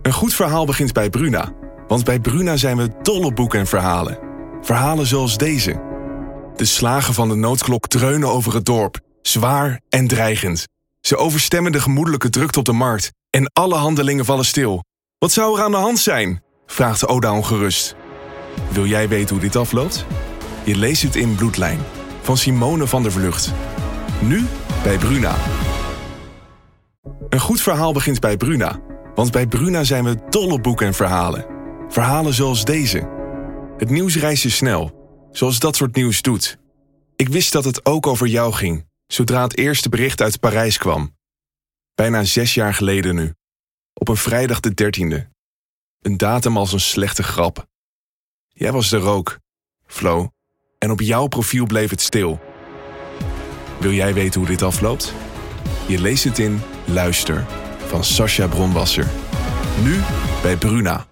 Een goed verhaal begint bij Bruna. Want bij Bruna zijn we dol op boeken en verhalen. Verhalen zoals deze. De slagen van de noodklok dreunen over het dorp. Zwaar en dreigend. Ze overstemmen de gemoedelijke drukte op de markt. En alle handelingen vallen stil. Wat zou er aan de hand zijn? Vraagt Oda ongerust. Wil jij weten hoe dit afloopt? Je leest het in Bloedlijn. Van Simone van der Vlugt. Nu bij Bruna. Een goed verhaal begint bij Bruna. Want bij Bruna zijn we dol op boeken en verhalen. Verhalen zoals deze. Het nieuws reist je snel. Zoals dat soort nieuws doet. Ik wist dat het ook over jou ging. Zodra het eerste bericht uit Parijs kwam. Bijna 6 jaar geleden nu. Op een vrijdag de 13e. Een datum als een slechte grap. Jij was er ook, Flo. En op jouw profiel bleef het stil. Wil jij weten hoe dit afloopt? Je leest het in Luister van Sascha Bronwasser. Nu bij Bruna.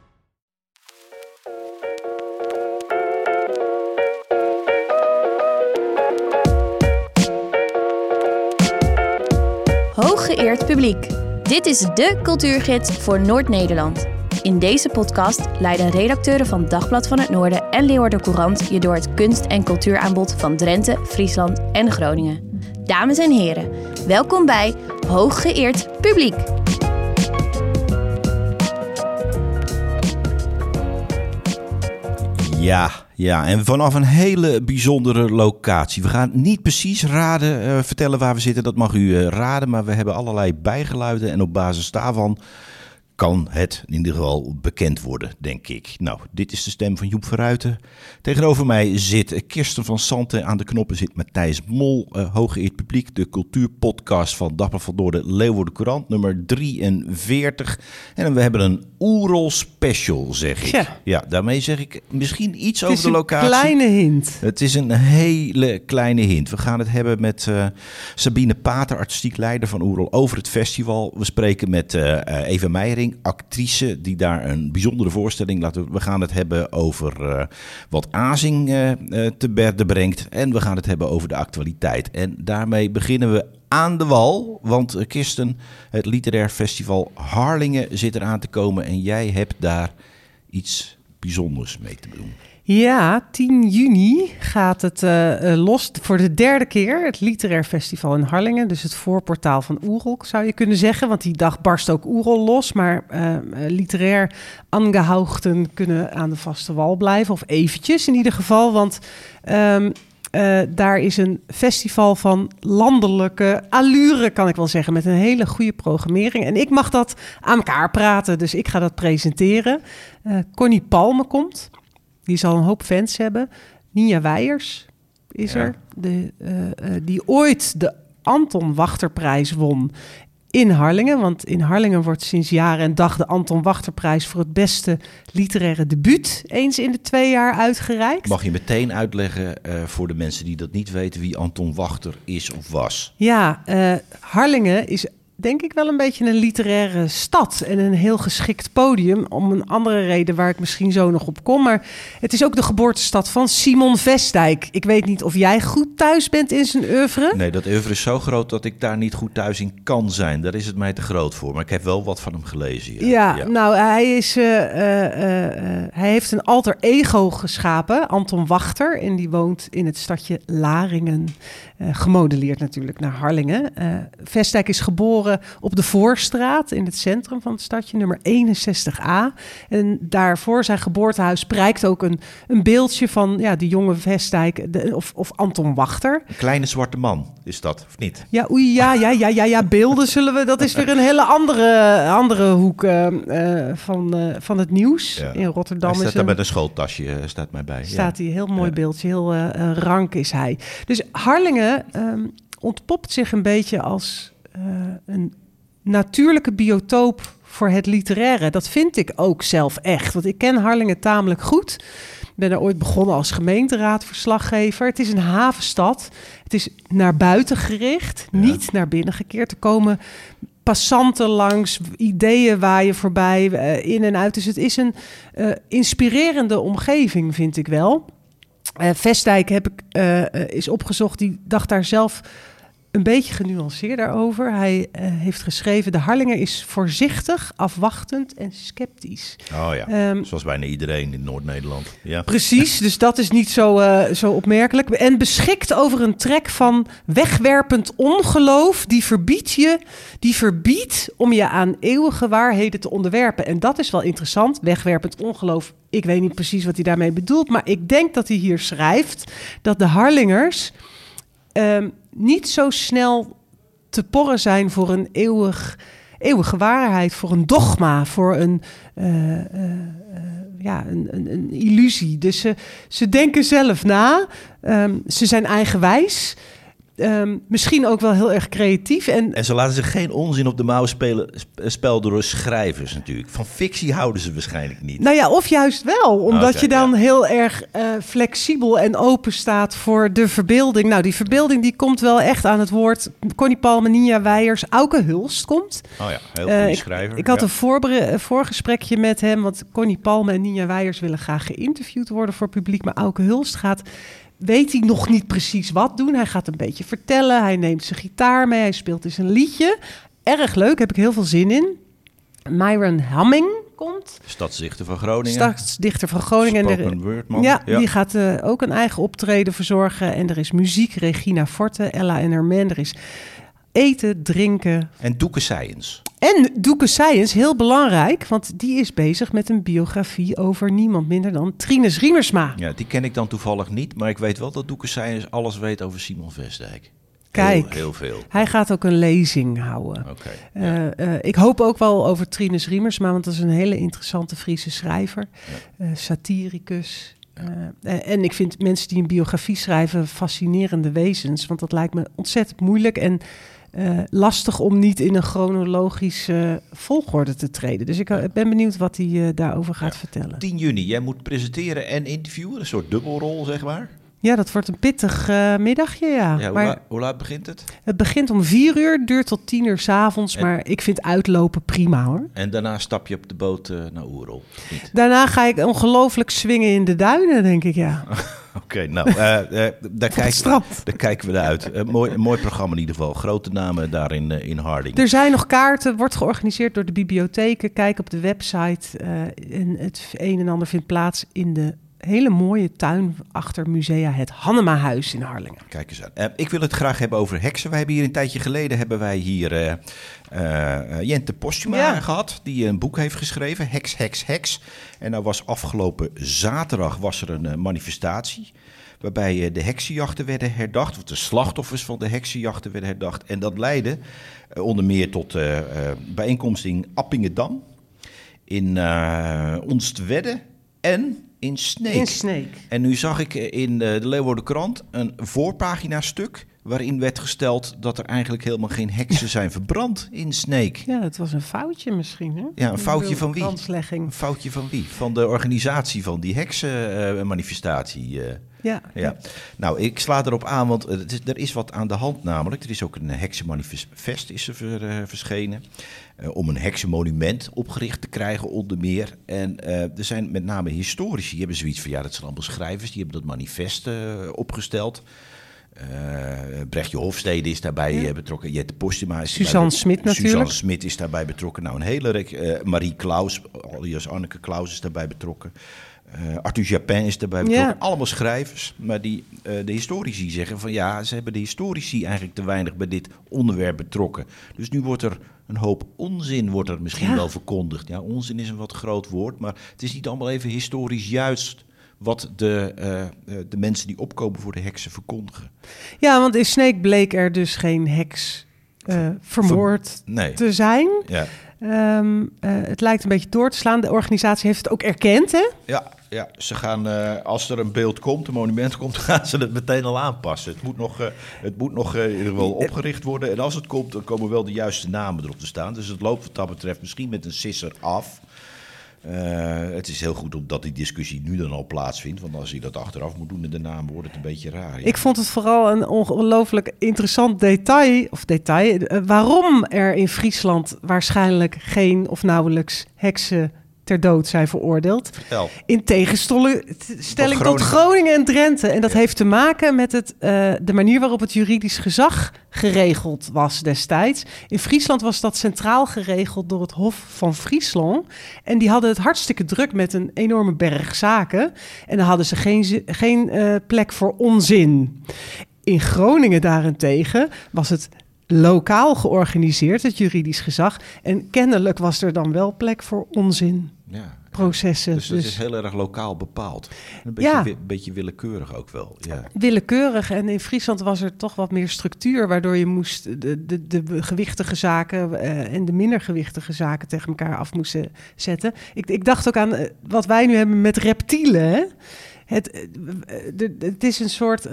Hooggeëerd publiek. Dit is de cultuurgids voor Noord-Nederland. In deze podcast leiden redacteuren van Dagblad van het Noorden en Leeuwarden Courant je door het kunst- en cultuuraanbod van Drenthe, Friesland en Groningen. Dames en heren, welkom bij Hooggeëerd publiek. Ja, en vanaf een hele bijzondere locatie. We gaan niet precies vertellen waar we zitten, dat mag u raden. Maar we hebben allerlei bijgeluiden en op basis daarvan kan het in ieder geval bekend worden, denk ik. Nou, dit is de stem van Joep Verruiten. Tegenover mij zit Kirsten van Santen. Aan de knoppen zit Matthijs Mol. Hooggeëerd publiek, de cultuurpodcast van Dagblad van Noorden, Leeuwarden Courant, nummer 43. En we hebben een Oerol special, zeg ik. Ja, daarmee zeg ik misschien iets over de locatie. Het is een kleine hint. Het is een hele kleine hint. We gaan het hebben met Sabine Pater, artistiek leider van Oerol, over het festival. We spreken met Eva Meijering, actrice die daar een bijzondere voorstelling laat doen. We gaan het hebben over wat Azing te berde brengt. En we gaan het hebben over de actualiteit. En daarmee beginnen we aan de wal. Want Kirsten, het literair festival Harlingen zit eraan te komen. En jij hebt daar iets bijzonders mee te doen. Ja, 10 juni gaat het los voor de 3e keer. Het literair festival in Harlingen. Dus het voorportaal van Oerol, zou je kunnen zeggen. Want die dag barst ook Oerol los. Maar literair aangehoogden kunnen aan de vaste wal blijven. Of eventjes in ieder geval. Want daar is een festival van landelijke allure, kan ik wel zeggen. Met een hele goede programmering. En ik mag dat aan elkaar praten. Dus ik ga dat presenteren. Connie Palme komt. Die zal een hoop fans hebben. Nia Weijers is er. Die ooit de Anton Wachterprijs won in Harlingen. Want in Harlingen wordt sinds jaren en dag de Anton Wachterprijs voor het beste literaire debuut eens in de 2 jaar uitgereikt. Mag je meteen uitleggen voor de mensen die dat niet weten wie Anton Wachter is of was? Ja, Harlingen is denk ik wel een beetje een literaire stad en een heel geschikt podium om een andere reden waar ik misschien zo nog op kom. Maar het is ook de geboortestad van Simon Vestdijk. Ik weet niet of jij goed thuis bent in zijn oeuvre. Nee, dat oeuvre is zo groot dat ik daar niet goed thuis in kan zijn. Daar is het mij te groot voor. Maar ik heb wel wat van hem gelezen. Ja. Nou, hij heeft een alter ego geschapen, Anton Wachter. En die woont in het stadje Laringen. Gemodelleerd natuurlijk naar Harlingen. Vestdijk is geboren op de Voorstraat in het centrum van het stadje, nummer 61A. En daarvoor zijn geboortehuis prijkt ook een beeldje van die jonge Vestdijk of Anton Wachter. Een kleine zwarte man is dat, of niet? Ja, beelden zullen we. Dat is weer een hele andere hoek van het nieuws. Ja. In Rotterdam hij staat daar met een schooltasje, staat mij bij. Staat hij, heel mooi beeldje, heel rank is hij. Dus Harlingen ontpopt zich een beetje als een natuurlijke biotoop voor het literaire. Dat vind ik ook zelf echt. Want ik ken Harlingen tamelijk goed. Ik ben er ooit begonnen als gemeenteraadverslaggever. Het is een havenstad. Het is naar buiten gericht, niet naar binnen gekeerd. Er komen passanten langs, ideeën waaien voorbij, in en uit. Dus het is een inspirerende omgeving, vind ik wel. Vestdijk is opgezocht, die dacht daar zelf een beetje genuanceerd daarover. Hij heeft geschreven: de Harlinger is voorzichtig, afwachtend en sceptisch. Oh ja, zoals bijna iedereen in Noord-Nederland. Ja. Precies, dus dat is niet zo opmerkelijk. En beschikt over een trek van wegwerpend ongeloof die verbiedt om je aan eeuwige waarheden te onderwerpen. En dat is wel interessant, wegwerpend ongeloof. Ik weet niet precies wat hij daarmee bedoelt, maar ik denk dat hij hier schrijft dat de Harlingers niet zo snel te porren zijn voor een eeuwige waarheid, voor een dogma, voor een illusie. Dus ze denken zelf na, ze zijn eigenwijs. Misschien ook wel heel erg creatief. En ze laten zich geen onzin op de mouw spel door schrijvers natuurlijk. Van fictie houden ze waarschijnlijk niet. Nou ja, of juist wel. Omdat je dan heel erg flexibel en open staat voor de verbeelding. Nou, die verbeelding die komt wel echt aan het woord. Connie Palme, Ninja Weijers, Auke Hulst komt. Oh ja, heel goede schrijver. Ik had een voorgesprekje met hem. Want Connie Palme en Ninja Weijers willen graag geïnterviewd worden voor publiek. Maar Auke Hulst weet hij nog niet precies wat doen. Hij gaat een beetje vertellen. Hij neemt zijn gitaar mee. Hij speelt eens een liedje. Erg leuk, heb ik heel veel zin in. Myron Hamming komt. Stadsdichter van Groningen. Spoken word man. Ja, die gaat ook een eigen optreden verzorgen. En er is muziek. Regina Forte, Ella en haar man. Er is eten, drinken. En Doeke Science. En Doeke Science, heel belangrijk, want die is bezig met een biografie over niemand minder dan Trines Riemersma. Ja, die ken ik dan toevallig niet, maar ik weet wel dat Doeke Science alles weet over Simon Vestdijk. Kijk, heel veel. Hij gaat ook een lezing houden. Okay, ik hoop ook wel over Trines Riemersma, want dat is een hele interessante Friese schrijver, satiricus. En ik vind mensen die een biografie schrijven fascinerende wezens, want dat lijkt me ontzettend moeilijk en lastig om niet in een chronologische volgorde te treden. Dus ik ben benieuwd wat hij daarover gaat vertellen. 10 juni, jij moet presenteren en interviewen, een soort dubbelrol, zeg maar. Ja, dat wordt een pittig middagje, ja. Maar hoe laat begint het? Het begint om 4:00, duurt tot 10:00 'avonds, maar ik vind uitlopen prima, hoor. En daarna stap je op de boot naar Oerol? Niet? Daarna ga ik ongelooflijk swingen in de duinen, denk ik, ja. Oké, nou, daar kijken we naar uit. Mooi programma in ieder geval. Grote namen daar in Harding. Er zijn nog kaarten, wordt georganiseerd door de bibliotheken. Kijk op de website. En het een en ander vindt plaats in de hele mooie tuin achter Musea Het Hannemahuis in Harlingen. Kijk eens aan. Ik wil het graag hebben over heksen. Wij hebben hier een tijdje geleden Jente Postuma gehad, die een boek heeft geschreven, Heks, Heks, Heks. En nou was afgelopen zaterdag er een manifestatie waarbij de heksenjachten werden herdacht, of de slachtoffers van de heksenjachten werden herdacht. En dat leidde onder meer tot bijeenkomsten in Appingedam, in Onstwedde en in Sneek. En nu zag ik in de Leeuwardenkrant een voorpagina-stuk waarin werd gesteld dat er eigenlijk helemaal geen heksen zijn verbrand in Sneek. Ja, dat was een foutje misschien, hè? Ja, een foutje van wie? Kanslegging. Een foutje van wie? Van de organisatie van die heksenmanifestatie. Ja. Nou, ik sla erop aan, want er is wat aan de hand namelijk. Er is ook een heksenmanifest verschenen. Om een heksenmonument opgericht te krijgen onder meer. En er zijn met name historici, die hebben zoiets van, ja, dat zijn allemaal schrijvers, die hebben dat manifest opgesteld. Brechtje Hofstede is daarbij betrokken. Jette Postuma is Suzanne Smit natuurlijk. Suzanne Smit is daarbij betrokken. Nou, een hele Marie Klaus, alias Anneke Klaus is daarbij betrokken. Arthur Japin is daarbij betrokken. Ja. Allemaal schrijvers. Maar de historici zeggen van ja, ze hebben de historici eigenlijk te weinig bij dit onderwerp betrokken. Dus nu wordt er een hoop onzin misschien wel verkondigd. Ja, onzin is een wat groot woord, maar het is niet allemaal even historisch juist wat de mensen die opkomen voor de heksen verkondigen. Ja, want in Sneek bleek er dus geen heks vermoord te zijn. Ja. Het lijkt een beetje door te slaan. De organisatie heeft het ook erkend, hè? Ja, ze gaan, als er een beeld komt, een monument komt, gaan ze het meteen al aanpassen. Het moet nog in ieder geval opgericht worden. En als het komt, dan komen wel de juiste namen erop te staan. Dus het loopt wat dat betreft misschien met een sisser af. Het is heel goed omdat die discussie nu dan al plaatsvindt. Want als je dat achteraf moet doen met de naam, wordt het een beetje raar. Ja. Ik vond het vooral een ongelooflijk interessant detail. Waarom er in Friesland waarschijnlijk geen of nauwelijks heksen ter dood zijn veroordeeld. Vertel. In tegenstelling tot Groningen en Drenthe. En dat heeft te maken met de manier waarop het juridisch gezag geregeld was destijds. In Friesland was dat centraal geregeld door het Hof van Friesland. En die hadden het hartstikke druk met een enorme berg zaken. En dan hadden ze geen plek voor onzin. In Groningen daarentegen was het lokaal georganiseerd, het juridisch gezag. En kennelijk was er dan wel plek voor onzinprocessen. Dus dat is heel erg lokaal bepaald. Een beetje willekeurig ook wel. Ja. Willekeurig. En in Friesland was er toch wat meer structuur, waardoor je moest de gewichtige zaken en de minder gewichtige zaken tegen elkaar af moesten zetten. Ik dacht ook aan wat wij nu hebben met reptielen, hè? Het is een soort...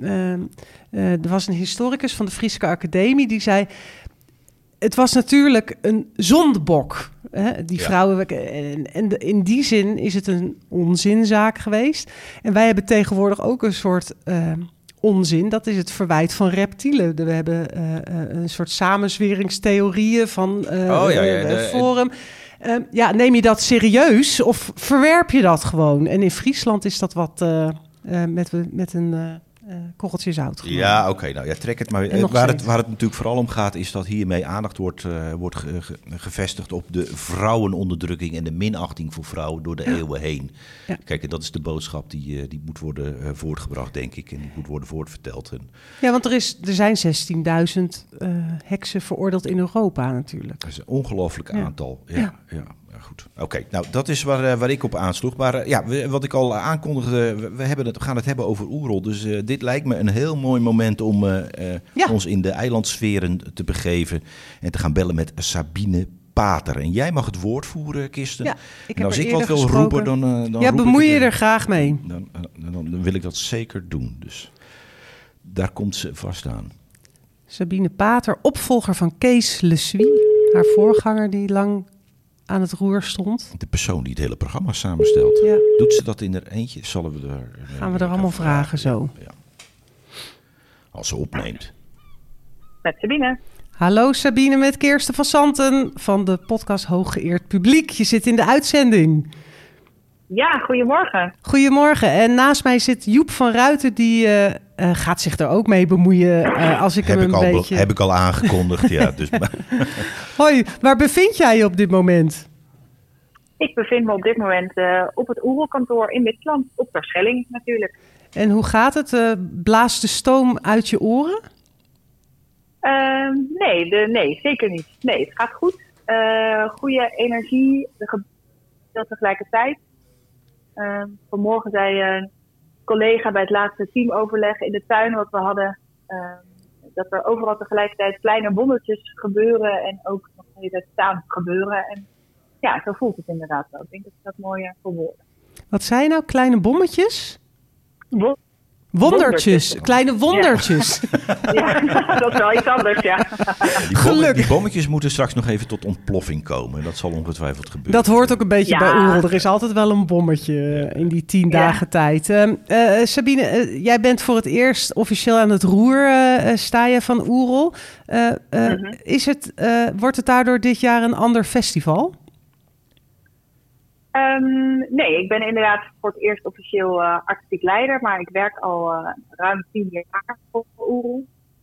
er was een historicus van de Friese Academie die zei... Het was natuurlijk een zondebok, hè, die vrouwen. En in die zin is het een onzinzaak geweest. En wij hebben tegenwoordig ook een soort onzin. Dat is het verwijt van reptielen. We hebben een soort samenzweringstheorieën van Forum. Neem je dat serieus of verwerp je dat gewoon? En in Friesland is dat wat met een korreltje zout genomen. Ja, oké. Nou ja, trek het maar. Waar het natuurlijk vooral om gaat, is dat hiermee aandacht wordt gevestigd op de vrouwenonderdrukking en de minachting voor vrouwen door de eeuwen heen. Ja. Kijk, en dat is de boodschap die moet worden voortgebracht, denk ik. En die moet worden voortverteld. Ja, want er zijn 16.000 heksen veroordeeld in Europa natuurlijk. Dat is een ongelooflijk aantal. Ja. Goed. Oké, nou dat is waar ik op aansloeg. Maar wat ik al aankondigde, we gaan het hebben over Oerol. Dus dit lijkt me een heel mooi moment om ons in de eilandsferen te begeven en te gaan bellen met Sabine Pater. En jij mag het woord voeren, Kirsten. Ja, en als ik wat wil roepen, dan bemoei je er graag mee. Dan wil ik dat zeker doen. Dus daar komt ze vast aan. Sabine Pater, opvolger van Kees Lesuie, haar voorganger die lang aan het roer stond. De persoon die het hele programma samenstelt. Ja. Doet ze dat in haar eentje? Gaan we er allemaal vragen zo. Ja. Als ze opneemt. Met Sabine. Hallo Sabine, met Kirsten van Santen van de podcast Hooggeëerd Publiek. Je zit in de uitzending. Ja, goedemorgen. Goedemorgen. En naast mij zit Joep van Ruiten, die gaat zich er ook mee bemoeien als ik hem een beetje... Heb ik al aangekondigd, ja. Dus... Hoi, waar bevind jij je op dit moment? Ik bevind me op dit moment op het Oerolkantoor in Midland, op Terschelling natuurlijk. En hoe gaat het? Blaast de stoom uit je oren? Nee, zeker niet. Nee, het gaat goed. Goede energie, tegelijkertijd. Vanmorgen zei een collega bij het laatste teamoverleg in de tuin wat we hadden, dat er overal tegelijkertijd kleine wondertjes gebeuren en ook nog de hele tijd staan gebeuren. En ja, zo voelt het inderdaad wel. Ik denk dat ik dat mooi verwoorden. Wat zei je nou? Kleine bommetjes? Wondertjes, kleine wondertjes. Ja, dat is wel iets anders, ja. Die bommetjes moeten straks nog even tot ontploffing komen. Dat zal ongetwijfeld gebeuren. Dat hoort ook een beetje bij Oerol. Er is altijd wel een bommetje in die 10 dagen tijd. Sabine, jij bent voor het eerst officieel aan het roer, sta je van Oerol. Wordt het daardoor dit jaar een ander festival? Nee, ik ben inderdaad voor het eerst officieel artistiek leider, maar ik werk al ruim 10 jaar voor Oerol.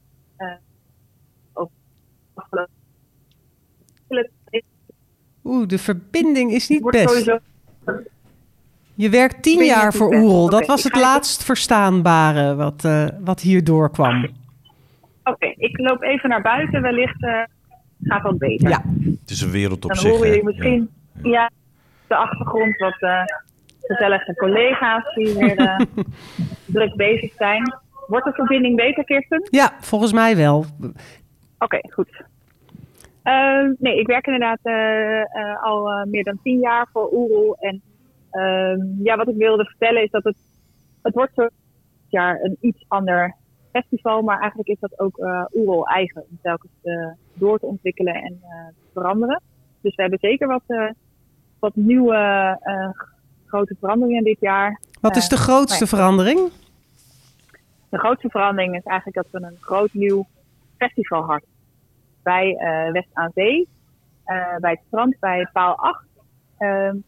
De verbinding is niet best. Sowieso... Je werkt 10 jaar voor Oerol. Dat was het laatst verstaanbare wat hier doorkwam. Oké, ik loop even naar buiten. Wellicht gaat wat beter. Ja. Het is een wereld op dan zich. Dan hoor je misschien... Ja. De achtergrond wat gezellige collega's die weer druk bezig zijn. Wordt de verbinding beter, Kirsten? Ja, volgens mij wel. Oké, goed. Nee, ik werk inderdaad al meer dan 10 jaar voor Oerol. En wat ik wilde vertellen is dat het wordt zo jaar een iets ander festival. Maar eigenlijk is dat ook Oerol eigen om telkens door te ontwikkelen en te veranderen. Dus we hebben zeker wat nieuwe grote veranderingen dit jaar. Wat is de grootste verandering? De grootste verandering is eigenlijk dat we een groot nieuw festival hadden. Bij West aan Zee. Bij het strand, bij paal 8.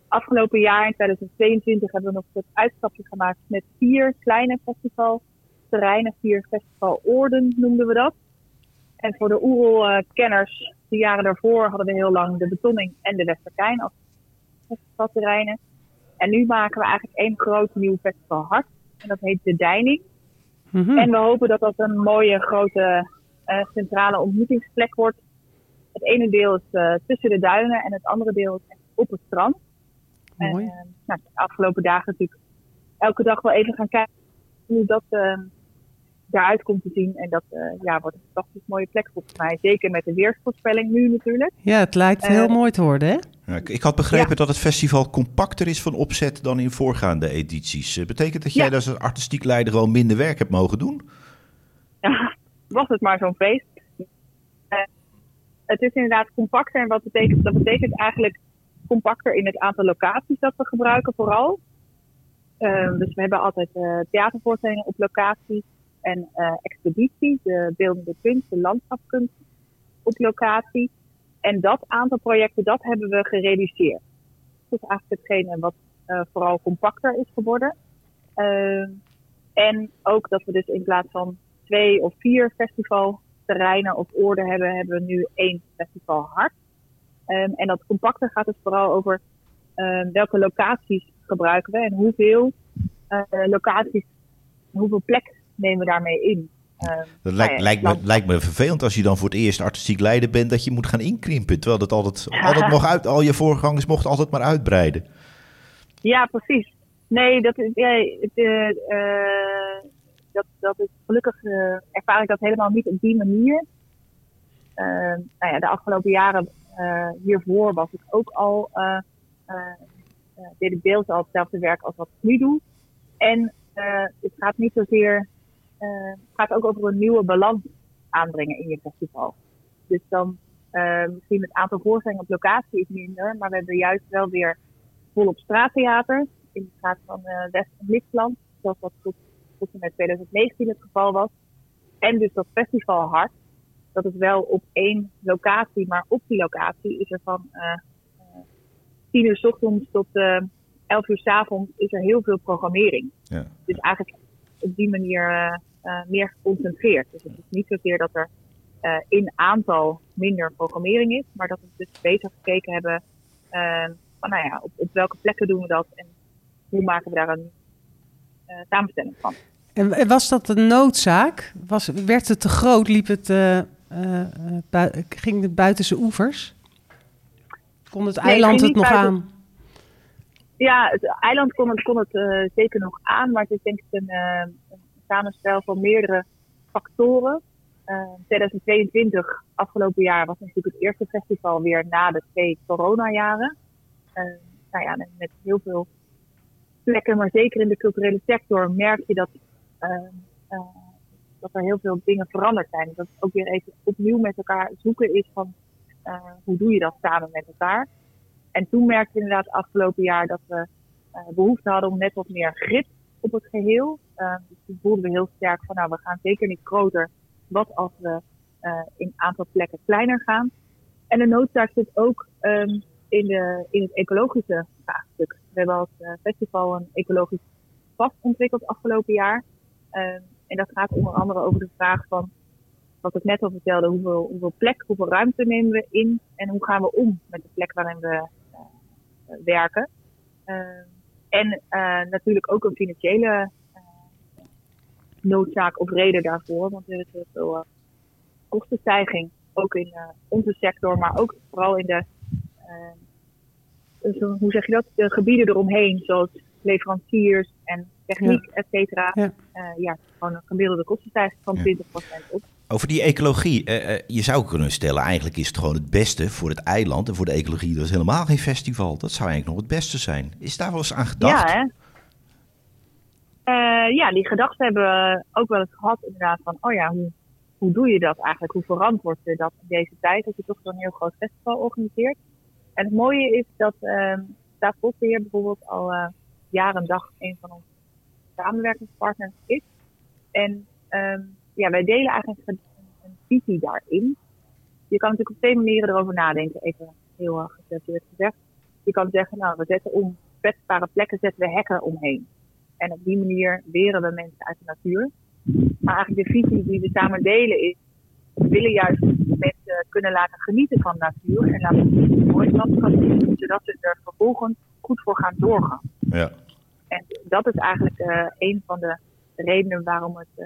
Afgelopen jaar in 2022 hebben we nog een uitstapje gemaakt met 4 kleine festivalterreinen, 4 festivaloorden noemden we dat. En voor de Oerol-kenners, de jaren daarvoor hadden we heel lang de Betonning en de Westerkijn als festivalterreinen. En nu maken we eigenlijk 1 groot nieuw festivalhart. En dat heet De Deining. Mhm. En we hopen dat dat een mooie grote centrale ontmoetingsplek wordt. Het ene deel is tussen de duinen en het andere deel is echt op het strand. Mooi. En de afgelopen dagen natuurlijk elke dag wel even gaan kijken hoe dat daaruit komt te zien. En dat wordt een fantastisch mooie plek volgens mij. Zeker met de weersvoorspelling nu natuurlijk. Ja, het lijkt heel mooi te worden, hè? Ja, ik had begrepen dat het festival compacter is van opzet dan in voorgaande edities. Betekent dat jij als artistiek leider gewoon minder werk hebt mogen doen? Ja, was het maar zo'n feest. Het is inderdaad compacter. En wat betekent dat? Betekent eigenlijk compacter in het aantal locaties dat we gebruiken vooral. Dus we hebben altijd theatervoorstellingen op locatie en expedities, de beeldende kunst, de landschapskunst op locatie. En dat aantal projecten, dat hebben we gereduceerd. Dat is eigenlijk hetgene wat vooral compacter is geworden. En ook dat we dus in plaats van 2 of 4 festivalterreinen of oorden hebben we nu 1 festivalhart. En dat compacter gaat dus vooral over welke locaties gebruiken we en hoeveel locaties, hoeveel plek nemen we daarmee in. Dat lijkt me vervelend als je dan voor het eerst artistiek leider bent dat je moet gaan inkrimpen. Terwijl het altijd nog al je voorgangers mochten altijd maar uitbreiden. Ja, precies. Nee, dat is gelukkig ervaar ik dat helemaal niet op die manier. De afgelopen jaren hiervoor was ik ook al deed ik deels al hetzelfde werk als wat ik nu doe. En het gaat niet zozeer. Het gaat ook over een nieuwe balans aanbrengen in je festival. Dus dan misschien het aantal voorstellingen op locatie is minder, maar we hebben juist wel weer volop straattheater in de straat van West- en Lichtland, zoals dat tot en met 2019 het geval was. En dus dat festivalhart, dat is wel op 1 locatie, maar op die locatie is er van 10 uur 's ochtends tot 11 uur 's avonds is er heel veel programmering. Ja. Dus eigenlijk op die manier meer geconcentreerd. Dus het is niet zozeer dat er in aantal minder programmering is, maar dat we dus beter gekeken hebben van op welke plekken doen we dat en hoe maken we daar een samenstelling van. En was dat een noodzaak? Werd het te groot? Ging het buiten zijn oevers? Kon het eiland het nog aan? Ja, het eiland kon het zeker nog aan, maar het is denk ik een samenspel van meerdere factoren. 2022, afgelopen jaar, was natuurlijk het eerste festival weer na de 2 coronajaren. Met heel veel plekken, maar zeker in de culturele sector merk je dat er heel veel dingen veranderd zijn. Dat het ook weer even opnieuw met elkaar zoeken is van hoe doe je dat samen met elkaar. En toen merkte we inderdaad afgelopen jaar dat we behoefte hadden om net wat meer grip op het geheel. Dus toen voelden we heel sterk van we gaan zeker niet groter. Wat als we in aantal plekken kleiner gaan. En de noodzaak zit ook in het ecologische vraagstuk. We hebben als festival een ecologisch pas ontwikkeld afgelopen jaar. En dat gaat onder andere over de vraag van, wat ik net al vertelde, hoeveel plek, hoeveel ruimte nemen we in en hoe gaan we om met de plek waarin we werken. En natuurlijk ook een financiële noodzaak of reden daarvoor, want er is heel veel kostenstijging, ook in onze sector, maar ook vooral in de, hoe zeg je dat, de gebieden eromheen, zoals leveranciers en techniek, et cetera. Gewoon een gemiddelde kostenstijging van 20% op. Over die ecologie, je zou kunnen stellen, eigenlijk is het gewoon het beste voor het eiland en voor de ecologie. Dat is helemaal geen festival. Dat zou eigenlijk nog het beste zijn. Is daar wel eens aan gedacht? Ja, hè? Die gedachten hebben we ook wel eens gehad inderdaad van, hoe doe je dat eigenlijk? Hoe verantwoord je dat in deze tijd als je toch zo'n heel groot festival organiseert? En het mooie is dat Staatsbosbeheer bijvoorbeeld al jaren dag een van onze samenwerkingspartners is. En wij delen eigenlijk een visie daarin. Je kan natuurlijk op 2 manieren erover nadenken, even heel gechargeerd gezegd. je kan zeggen, nou, we zetten om kwetsbare plekken zetten we hekken omheen. En op die manier weren we mensen uit de natuur. Maar eigenlijk de visie die we samen delen is, we willen juist mensen kunnen laten genieten van de natuur en laten zien hoe mooi het landschap is, zodat ze er vervolgens goed voor gaan zorgen. Ja. En dat is eigenlijk een van de redenen waarom het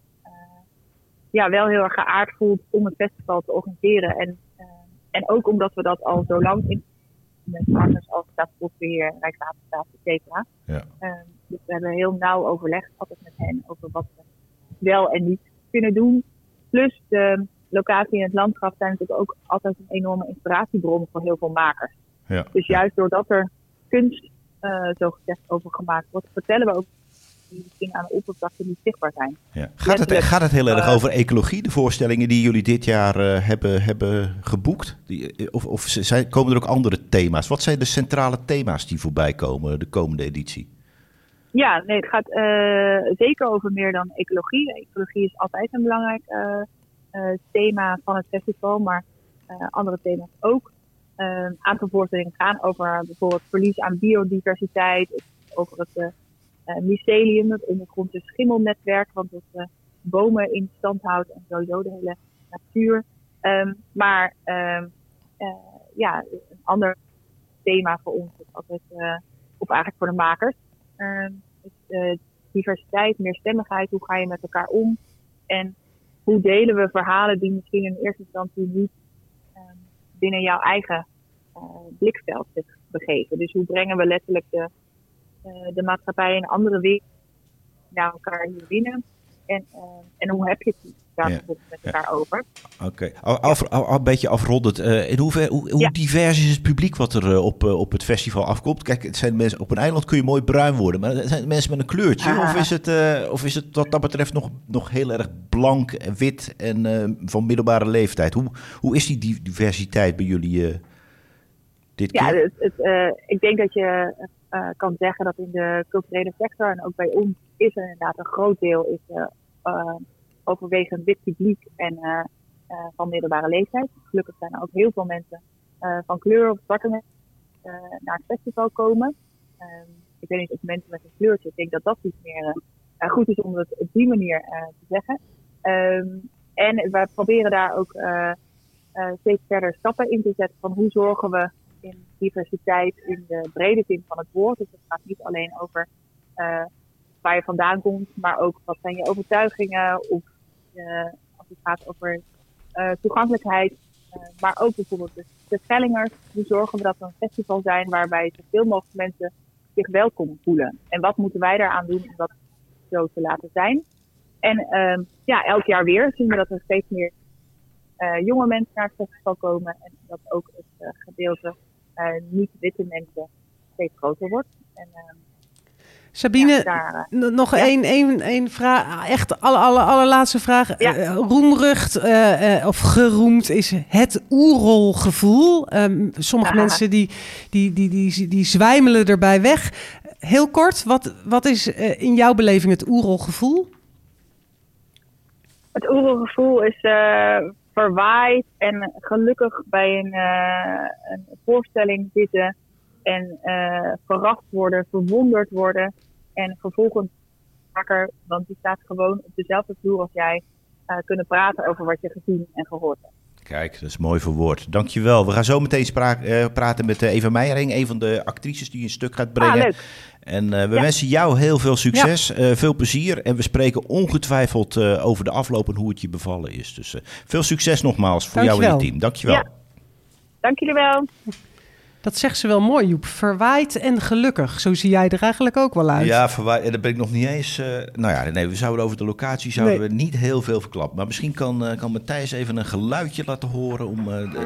wel heel erg geaard voelt om het festival te organiseren. En ook omdat we dat al zo lang in met partners als Staatsbosbeheer, Rijkswaterstaat, et cetera. Ja. Dus we hebben heel nauw overlegd altijd met hen over wat we wel en niet kunnen doen. Plus de locatie en het landschap zijn natuurlijk ook altijd een enorme inspiratiebron voor heel veel makers. Ja. Dus juist doordat er kunst zo gezegd over gemaakt wordt, vertellen we ook die dingen aan de oppervlakte niet zichtbaar zijn. Ja. Gaat het heel erg over ecologie, de voorstellingen die jullie dit jaar hebben geboekt? Komen er ook andere thema's? Wat zijn de centrale thema's die voorbij komen de komende editie? Ja, nee, het gaat zeker over meer dan ecologie. Ecologie is altijd een belangrijk thema van het festival, maar andere thema's ook. Een aantal voorstellingen gaan over bijvoorbeeld verlies aan biodiversiteit, over het mycelium, het ondergrondse schimmelnetwerk, want dat bomen in stand houdt en sowieso de hele natuur. Maar een ander thema voor ons is altijd, of eigenlijk voor de makers, is diversiteit, meerstemmigheid. Hoe ga je met elkaar om? En hoe delen we verhalen die misschien in eerste instantie niet binnen jouw eigen blikveld zich begeven? Dus hoe brengen we letterlijk de maatschappij en andere wereld naar elkaar hier binnen? En hoe heb je het daar bijvoorbeeld met elkaar over? Oké. Een beetje afrondend. Hoe divers is het publiek wat er op het festival afkomt? Kijk, het zijn mensen, op een eiland kun je mooi bruin worden, maar het zijn mensen met een kleurtje. Of is het wat dat betreft nog heel erg blank en wit en van middelbare leeftijd? Hoe is die diversiteit bij jullie dit keer? Ja, ik denk dat je kan zeggen dat in de culturele sector en ook bij ons is er inderdaad een groot deel is overwegend wit publiek en van middelbare leeftijd. Gelukkig zijn er ook heel veel mensen van kleur of zwarte mensen naar het festival komen. Ik weet niet of mensen met een kleurtje, ik denk dat dat iets meer goed is om het op die manier te zeggen. En wij proberen daar ook steeds verder stappen in te zetten van hoe zorgen we in diversiteit in de brede zin van het woord. Dus het gaat niet alleen over waar je vandaan komt, maar ook wat zijn je overtuigingen of als het gaat over toegankelijkheid, maar ook bijvoorbeeld de Schellingers. Hoe zorgen we dat we een festival zijn waarbij zoveel mogelijk mensen zich welkom voelen? En wat moeten wij daaraan doen om dat zo te laten zijn? En elk jaar weer zien we dat er steeds meer jonge mensen naar het festival komen en dat ook het gedeelte niet-witte mensen steeds groter wordt. En, Sabine, nog één vraag, echt allerlaatste vraag. Roemrucht of geroemd is het oerolgevoel. Sommige mensen die zwijmelen erbij weg. Heel kort, wat is in jouw beleving het oerolgevoel? Het oerolgevoel is verwaaid en gelukkig bij een voorstelling zitten en verrast worden, verwonderd worden en vervolgens makker, want die staat gewoon op dezelfde vloer als jij, kunnen praten over wat je gezien en gehoord hebt. Kijk, dat is mooi verwoord. Dankjewel. We gaan zo meteen praten met Eva Meijering, een van de actrices die een stuk gaat brengen. Leuk. En we wensen jou heel veel succes, veel plezier. En we spreken ongetwijfeld over de afloop en hoe het je bevallen is. Dus veel succes nogmaals voor jou en je team. Dankjewel. Ja. Dank jullie wel. Dat zegt ze wel mooi, Joep. Verwaaid en gelukkig. Zo zie jij er eigenlijk ook wel uit. Ja, verwaaid. En daar ben ik nog niet eens... we zouden over de locatie we niet heel veel verklappen. Maar misschien kan Matthijs even een geluidje laten horen om de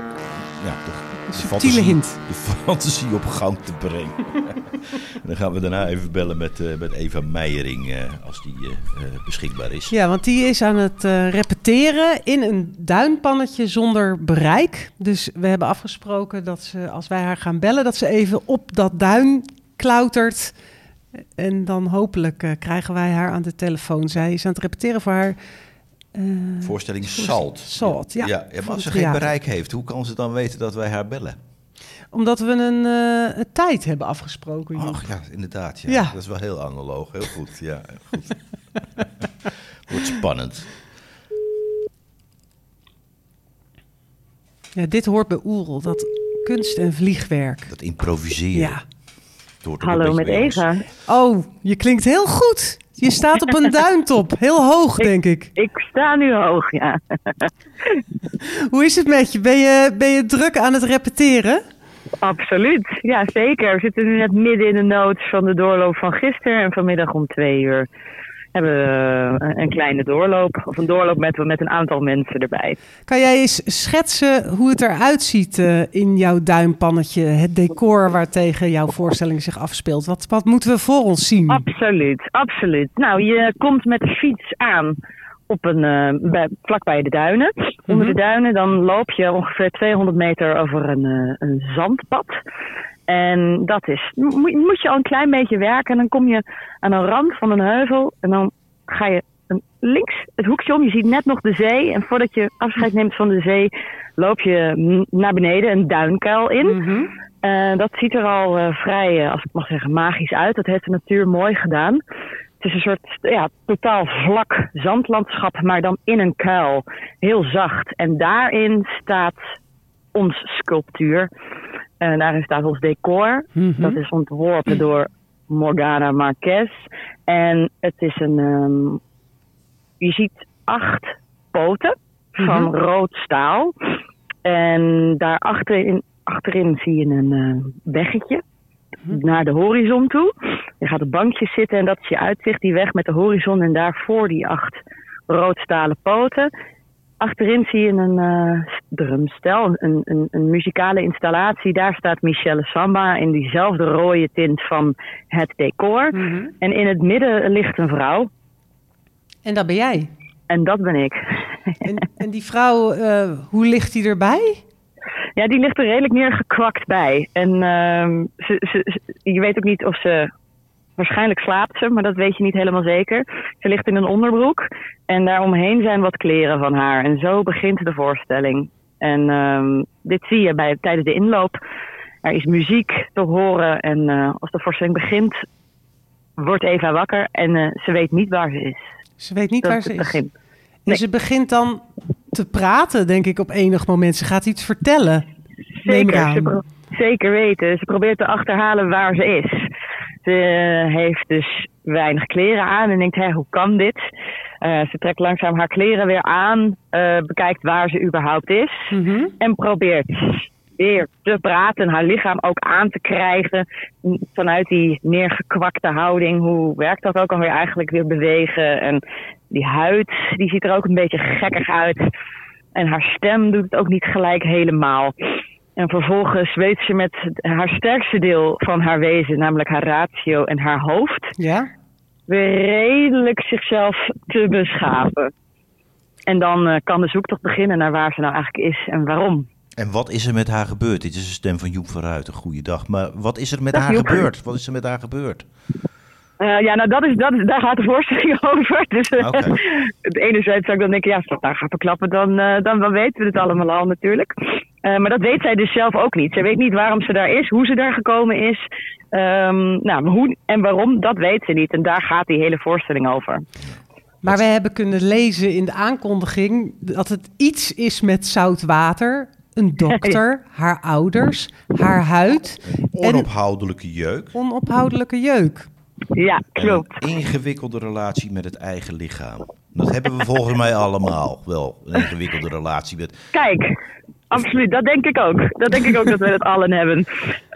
fantasie op gang te brengen. Dan gaan we daarna even bellen met Eva Meijering, als die beschikbaar is. Ja, want die is aan het repeteren in een duinpannetje zonder bereik. Dus we hebben afgesproken dat ze, als wij haar gaan bellen, dat ze even op dat duin klautert. En dan hopelijk krijgen wij haar aan de telefoon. Zij is aan het repeteren voor haar... voorstelling Salt. Salt, ja. Maar als ze geen bereik heeft, hoe kan ze dan weten dat wij haar bellen? Omdat we een tijd hebben afgesproken. Joep. Ach ja, inderdaad. Ja. Ja. Dat is wel heel analoog. Heel goed. Ja, goed. Wordt spannend. Ja, dit hoort bij Oerol, dat kunst en vliegwerk. Dat improviseren. Ja. Het hoort ook een Hallo beetje met bij ons. Eva. Oh, je klinkt heel goed. Je staat op een duintop. Heel hoog, denk ik. Ik sta nu hoog, ja. Hoe is het met je? Ben je druk aan het repeteren? Absoluut. Ja, zeker. We zitten nu net midden in de notes van de doorloop van gisteren. En vanmiddag om 2:00 hebben we een kleine doorloop. Of een doorloop met een aantal mensen erbij. Kan jij eens schetsen hoe het eruit ziet in jouw duimpannetje? Het decor waartegen jouw voorstelling zich afspeelt. Wat moeten we voor ons zien? Absoluut, absoluut. Nou, je komt met de fiets aan op vlakbij de duinen. Onder de duinen dan loop je ongeveer 200 meter over een zandpad. En dat moet je al een klein beetje werken. En dan kom je aan een rand van een heuvel. En dan ga je links het hoekje om. Je ziet net nog de zee. En voordat je afscheid neemt van de zee, loop je naar beneden een duinkuil in. Dat ziet er al vrij, als ik mag zeggen, magisch uit. Dat heeft de natuur mooi gedaan. Het is een soort totaal vlak zandlandschap, maar dan in een kuil. Heel zacht. En daarin staat ons sculptuur. Daarin staat ons decor. Dat is ontworpen door Morgana Marquez. En het is je ziet 8 poten van rood staal. En daar achterin zie je een weggetje naar de horizon toe. Je gaat op bankjes zitten en dat is je uitzicht, die weg met de horizon. En daarvoor die 8 roodstalen poten. Achterin zie je een drumstel, een muzikale installatie. Daar staat Michelle Samba in diezelfde rode tint van het decor. En in het midden ligt een vrouw. En dat ben jij. En dat ben ik. En die vrouw, hoe ligt die erbij? Ja, die ligt er redelijk neergekwakt bij. En je weet ook niet of ze... Waarschijnlijk slaapt ze, maar dat weet je niet helemaal zeker. Ze ligt in een onderbroek en daaromheen zijn wat kleren van haar. En zo begint de voorstelling. En dit zie je tijdens de inloop. Er is muziek te horen en als de voorstelling begint, wordt Eva wakker en ze weet niet waar ze is. Ze weet niet waar ze is. Begin. En Nee. ze begint dan te praten, denk ik, op enig moment. Ze gaat iets vertellen. Neem ik aan. Zeker weten. Ze probeert te achterhalen waar ze is. Ze heeft dus weinig kleren aan en denkt, hoe kan dit? Ze trekt langzaam haar kleren weer aan, bekijkt waar ze überhaupt is. En probeert weer te praten, haar lichaam ook aan te krijgen vanuit die neergekwakte houding. Hoe werkt dat ook alweer eigenlijk weer bewegen? En die huid, die ziet er ook een beetje gekkig uit. En haar stem doet het ook niet gelijk helemaal. En vervolgens weet ze met haar sterkste deel van haar wezen, namelijk haar ratio en haar hoofd, weer redelijk zichzelf te beschaven. En dan kan de zoektocht beginnen naar waar ze nou eigenlijk is en waarom. En wat is er met haar gebeurd? Dit is de stem van Joep van Ruijten. Goeiedag. Maar wat is er met haar gebeurd? Wat is er met haar gebeurd? Daar gaat de voorstelling over. Dus enerzijds zou ik dan denken, als dat nou gaat verklappen, dan weten we het allemaal al natuurlijk. Maar dat weet zij dus zelf ook niet. Zij weet niet waarom ze daar is, hoe ze daar gekomen is. Hoe en waarom, dat weet ze niet. En daar gaat die hele voorstelling over. Maar we hebben kunnen lezen in de aankondiging dat het iets is met zout water, een dokter, haar ouders, haar huid. Onophoudelijke jeuk. Onophoudelijke jeuk. Ja, klopt. Een ingewikkelde relatie met het eigen lichaam. Dat hebben we volgens mij allemaal wel. Een ingewikkelde relatie met... Kijk, absoluut. Dat denk ik ook. Dat denk ik ook dat we het allen hebben.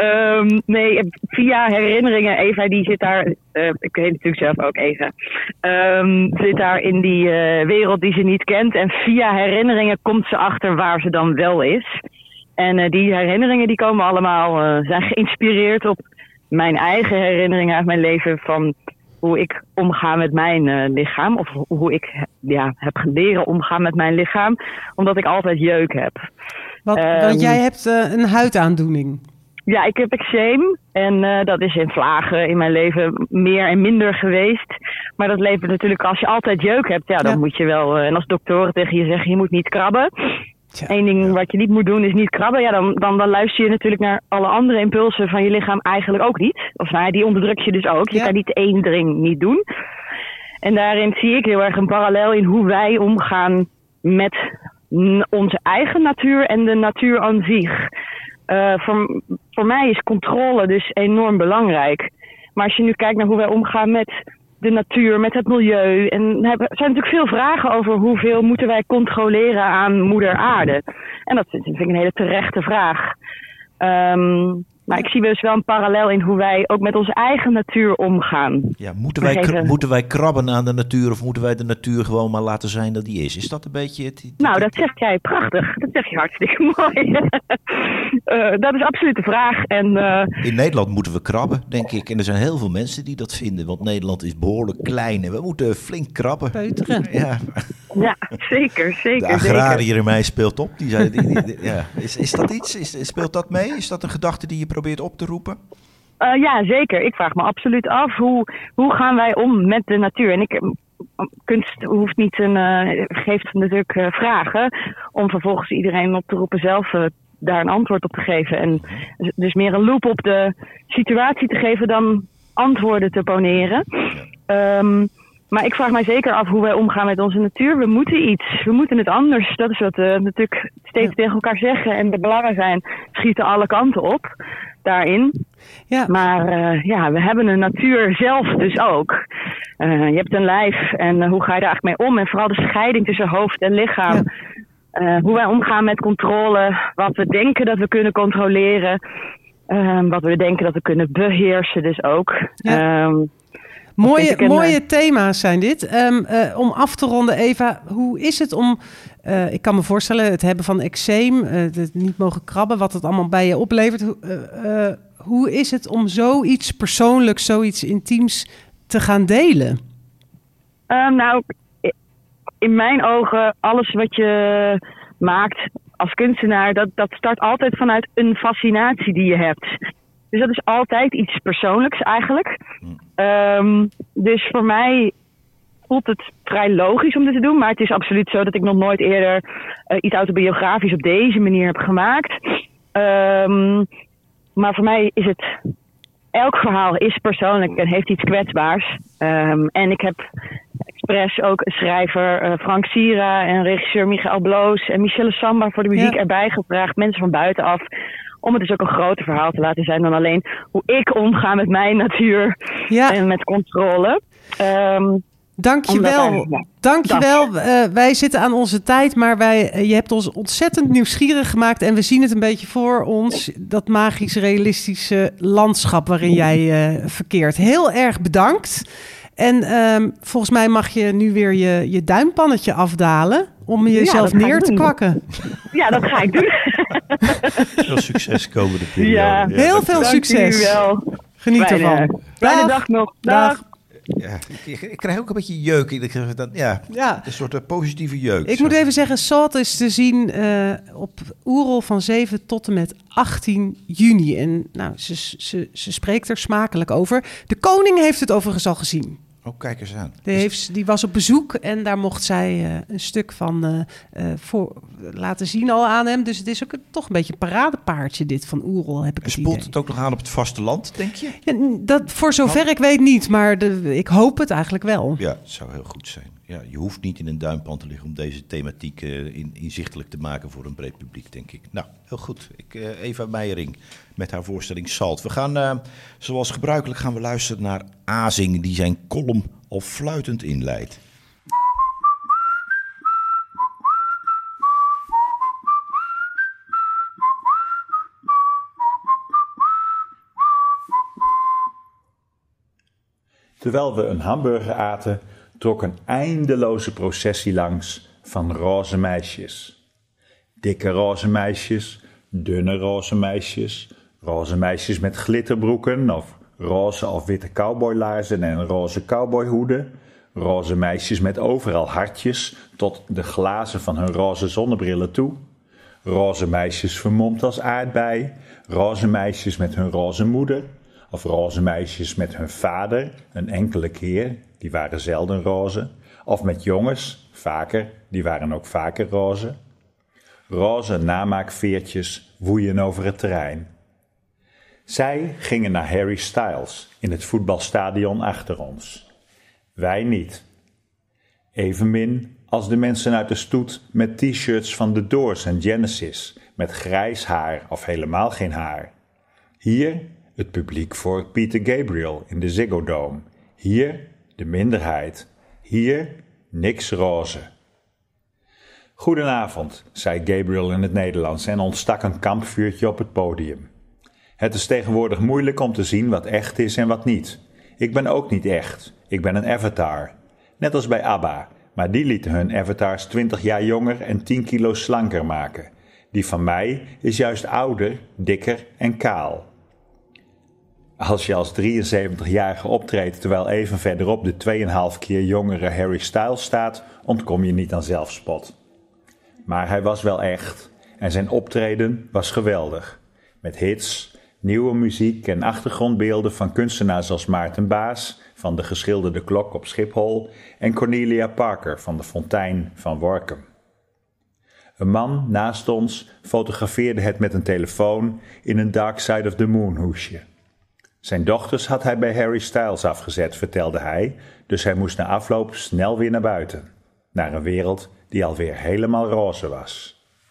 Via herinneringen, Eva die zit daar... ik heet natuurlijk zelf ook Eva. Zit daar in die wereld die ze niet kent. En via herinneringen komt ze achter waar ze dan wel is. En die herinneringen die komen allemaal... zijn geïnspireerd op mijn eigen herinneringen uit mijn leven van hoe ik omga met mijn lichaam. Of hoe ik heb leren omgaan met mijn lichaam. Omdat ik altijd jeuk heb. Want jij hebt een huidaandoening. Ja, ik heb eczeem. En dat is in vlagen in mijn leven meer en minder geweest. Maar dat levert natuurlijk, als je altijd jeuk hebt, dan moet je wel... en als doktoren tegen je zeggen, je moet niet krabben. Eén ding wat je niet moet doen is niet krabben. Ja, dan luister je natuurlijk naar alle andere impulsen van je lichaam eigenlijk ook niet. Of die onderdruk je dus ook. Je kan niet één ding niet doen. En daarin zie ik heel erg een parallel in hoe wij omgaan met onze eigen natuur en de natuur aan zich. Voor mij is controle dus enorm belangrijk. Maar als je nu kijkt naar hoe wij omgaan met de natuur, met het milieu. En er zijn natuurlijk veel vragen over hoeveel moeten wij controleren aan moeder aarde. En dat vind ik een hele terechte vraag. Maar ik zie dus wel een parallel in hoe wij ook met onze eigen natuur omgaan. Ja, moeten wij krabben aan de natuur of moeten wij de natuur gewoon maar laten zijn dat die is? Is dat een beetje het... Nou, dat zeg jij prachtig. Dat zeg je hartstikke mooi. Dat is absoluut de vraag. En, in Nederland moeten we krabben, denk ik. En er zijn heel veel mensen die dat vinden, want Nederland is behoorlijk klein en we moeten flink krabben. Peuteren. Ja, zeker. De agrariër in mij speelt op. Die zei, Is dat iets? Speelt dat mee? Is dat een gedachte die je probeert op te roepen? Ja, zeker. Ik vraag me absoluut af hoe gaan wij om met de natuur. En kunst hoeft niet geeft natuurlijk vragen om vervolgens iedereen op te roepen zelf daar een antwoord op te geven. En dus meer een loop op de situatie te geven dan antwoorden te poneren. Maar ik vraag mij zeker af hoe wij omgaan met onze natuur. We moeten iets. We moeten het anders. Dat is wat we natuurlijk steeds tegen elkaar zeggen. En de belangen zijn, schieten alle kanten op daarin. Ja. Maar we hebben een natuur zelf dus ook. Je hebt een lijf en hoe ga je daar eigenlijk mee om? En vooral de scheiding tussen hoofd en lichaam. Ja. Hoe wij omgaan met controle. Wat we denken dat we kunnen controleren. Wat we denken dat we kunnen beheersen dus ook. Ja. Mooie thema's zijn dit. Om af te ronden, Eva, hoe is het om... ik kan me voorstellen, het hebben van eczeem, het niet mogen krabben, wat het allemaal bij je oplevert. Hoe is het om zoiets persoonlijks, zoiets intiems te gaan delen? Nou, in mijn ogen, alles wat je maakt als kunstenaar, dat start altijd vanuit een fascinatie die je hebt. Dus dat is altijd iets persoonlijks eigenlijk. Dus voor mij voelt het vrij logisch om dit te doen. Maar het is absoluut zo dat ik nog nooit eerder iets autobiografisch op deze manier heb gemaakt. Maar voor mij is het... Elk verhaal is persoonlijk en heeft iets kwetsbaars. En ik heb expres ook een schrijver Frank Sira en regisseur Michael Bloos en Michelle Samba voor de muziek erbij gevraagd. Mensen van buitenaf. Om het dus ook een groter verhaal te laten zijn dan alleen hoe ik omga met mijn natuur en met controle. Dankjewel. Dankjewel. Wij zitten aan onze tijd, maar je hebt ons ontzettend nieuwsgierig gemaakt. En we zien het een beetje voor ons, dat magisch-realistische landschap waarin jij verkeert. Heel erg bedankt. En volgens mij mag je nu weer je duimpannetje afdalen om jezelf neer te kwakken. Ja, dat ga ik doen. Veel succes komende periode. Ja, heel veel succes. Geniet ervan. Fijne dag nog. Dag. Ja, ik krijg ook een beetje jeuk. Een soort positieve jeuk. Ik moet even zeggen, Salt is te zien op Oerol van 7 tot en met 18 juni. En nou, ze spreekt er smakelijk over. De koning heeft het overigens al gezien. Oh, kijk eens aan. Die was op bezoek en daar mocht zij een stuk van laten zien al aan hem. Dus het is ook toch een beetje een paradepaardje dit van Oerol, heb ik het idee. Spoelt het ook nog aan op het vasteland, denk je? Ja, dat voor zover ik weet niet, maar ik hoop het eigenlijk wel. Ja, het zou heel goed zijn. Ja, je hoeft niet in een duimpan te liggen om deze thematiek inzichtelijk te maken voor een breed publiek, denk ik. Nou, heel goed. Eva Meijering met haar voorstelling Salt. We gaan, zoals gebruikelijk, gaan we luisteren naar Azing, die zijn column al fluitend inleidt. Terwijl we een hamburger aten, trok een eindeloze processie langs van roze meisjes. Dikke roze meisjes, dunne roze meisjes met glitterbroeken of roze of witte cowboylaarzen en roze cowboyhoeden, roze meisjes met overal hartjes tot de glazen van hun roze zonnebrillen toe, roze meisjes vermomd als aardbei, roze meisjes met hun roze moeder, of roze meisjes met hun vader, een enkele keer, die waren zelden roze. Of met jongens, vaker, die waren ook vaker roze. Roze namaakveertjes woeien over het terrein. Zij gingen naar Harry Styles in het voetbalstadion achter ons. Wij niet. Evenmin als de mensen uit de stoet met t-shirts van The Doors en Genesis, met grijs haar of helemaal geen haar. Hier het publiek voor Peter Gabriel in de Ziggo Dome. Hier de minderheid. Hier niks roze. Goedenavond, zei Gabriel in het Nederlands en ontstak een kampvuurtje op het podium. Het is tegenwoordig moeilijk om te zien wat echt is en wat niet. Ik ben ook niet echt. Ik ben een avatar. Net als bij ABBA, maar die lieten hun avatars 20 jaar jonger en 10 kilo slanker maken. Die van mij is juist ouder, dikker en kaal. Als je als 73-jarige optreedt terwijl even verderop de 2,5 keer jongere Harry Styles staat, ontkom je niet aan zelfspot. Maar hij was wel echt en zijn optreden was geweldig. Met hits, nieuwe muziek en achtergrondbeelden van kunstenaars als Maarten Baas van de geschilderde klok op Schiphol en Cornelia Parker van de fontein van Workum. Een man naast ons fotografeerde het met een telefoon in een Dark Side of the Moon hoesje. Zijn dochters had hij bij Harry Styles afgezet, vertelde hij, dus hij moest na afloop snel weer naar buiten. Naar een wereld die alweer helemaal roze was.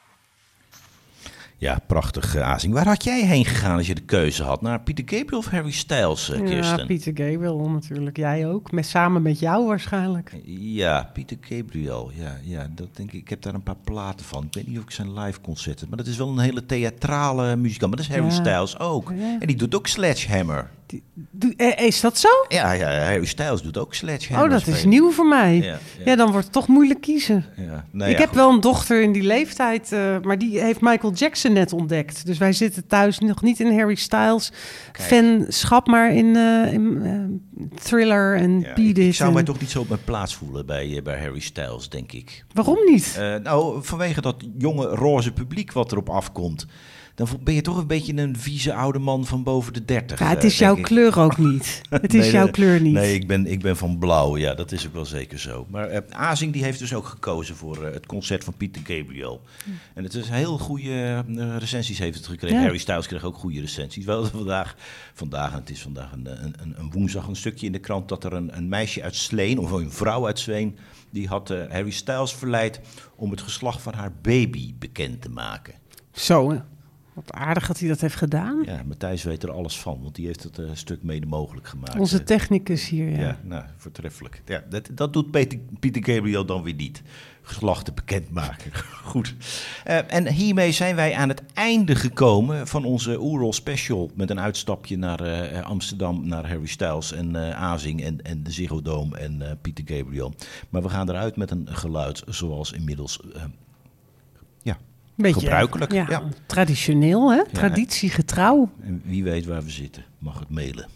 Ja, prachtig, Azing. Waar had jij heen gegaan als je de keuze had? Naar Peter Gabriel of Harry Styles, Kirsten? Ja, Peter Gabriel natuurlijk. Jij ook. Samen met jou waarschijnlijk. Ja, Peter Gabriel. Ja, dat denk ik. Ik heb daar een paar platen van. Ik weet niet of ik zijn live concert heb. Maar dat is wel een hele theatrale muzikant. Maar dat is Harry Styles ook. Ja. En die doet ook Sledgehammer. Is dat zo? Ja, Harry Styles doet ook Sledgehammer. Oh, dat is nieuw voor mij. Ja, dan wordt het toch moeilijk kiezen. Ja. Ik heb wel een dochter in die leeftijd, maar die heeft Michael Jackson net ontdekt. Dus wij zitten thuis nog niet in Harry Styles fanschap, maar in Thriller en Beat It. Ik zou mij toch niet zo op mijn plaats voelen bij Harry Styles, denk ik. Waarom niet? Nou, vanwege dat jonge roze publiek wat erop afkomt. Dan ben je toch een beetje een vieze oude man van boven de 30. Ja, het is jouw kleur ook niet. Het is jouw kleur niet. Nee, ik ben van blauw. Ja, dat is ook wel zeker zo. Maar Azing die heeft dus ook gekozen voor het concert van Peter Gabriel. En het is heel goede recensies heeft het gekregen. Ja. Harry Styles kreeg ook goede recensies. Wel vandaag en het is vandaag een woensdag, een stukje in de krant dat er een meisje uit Sleen, of een vrouw uit Sleen, die had Harry Styles verleid om het geslacht van haar baby bekend te maken. Zo, hè? Wat aardig dat hij dat heeft gedaan. Ja, Matthijs weet er alles van, want die heeft het stuk mede mogelijk gemaakt. Onze technicus hier, ja. Ja, nou, voortreffelijk. Ja, dat doet Peter Gabriel dan weer niet. Geslachten bekendmaken. Goed. En hiermee zijn wij aan het einde gekomen van onze Oerol Special. Met een uitstapje naar Amsterdam, naar Harry Styles en Azing en de Ziggo Dome en Peter Gabriel. Maar we gaan eruit met een geluid zoals inmiddels... Beetje, gebruikelijk. Ja. Traditioneel, hè? Traditiegetrouw. En wie weet waar we zitten, mag het mailen.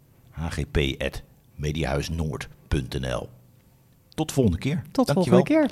hgp@mediahuisnoord.nl. Tot de volgende keer. Tot de volgende keer.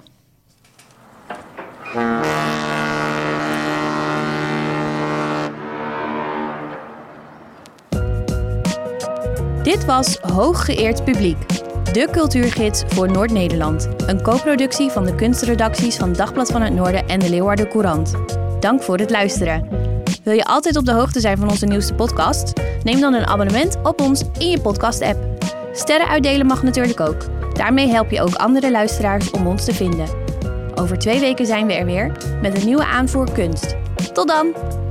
Dit was Hooggeëerd Publiek. De cultuurgids voor Noord-Nederland. Een co-productie van de kunstredacties van Dagblad van het Noorden en de Leeuwarden Courant. Dank voor het luisteren. Wil je altijd op de hoogte zijn van onze nieuwste podcast? Neem dan een abonnement op ons in je podcast-app. Sterren uitdelen mag natuurlijk ook. Daarmee help je ook andere luisteraars om ons te vinden. Over 2 weken zijn we er weer met een nieuwe aanvoer kunst. Tot dan!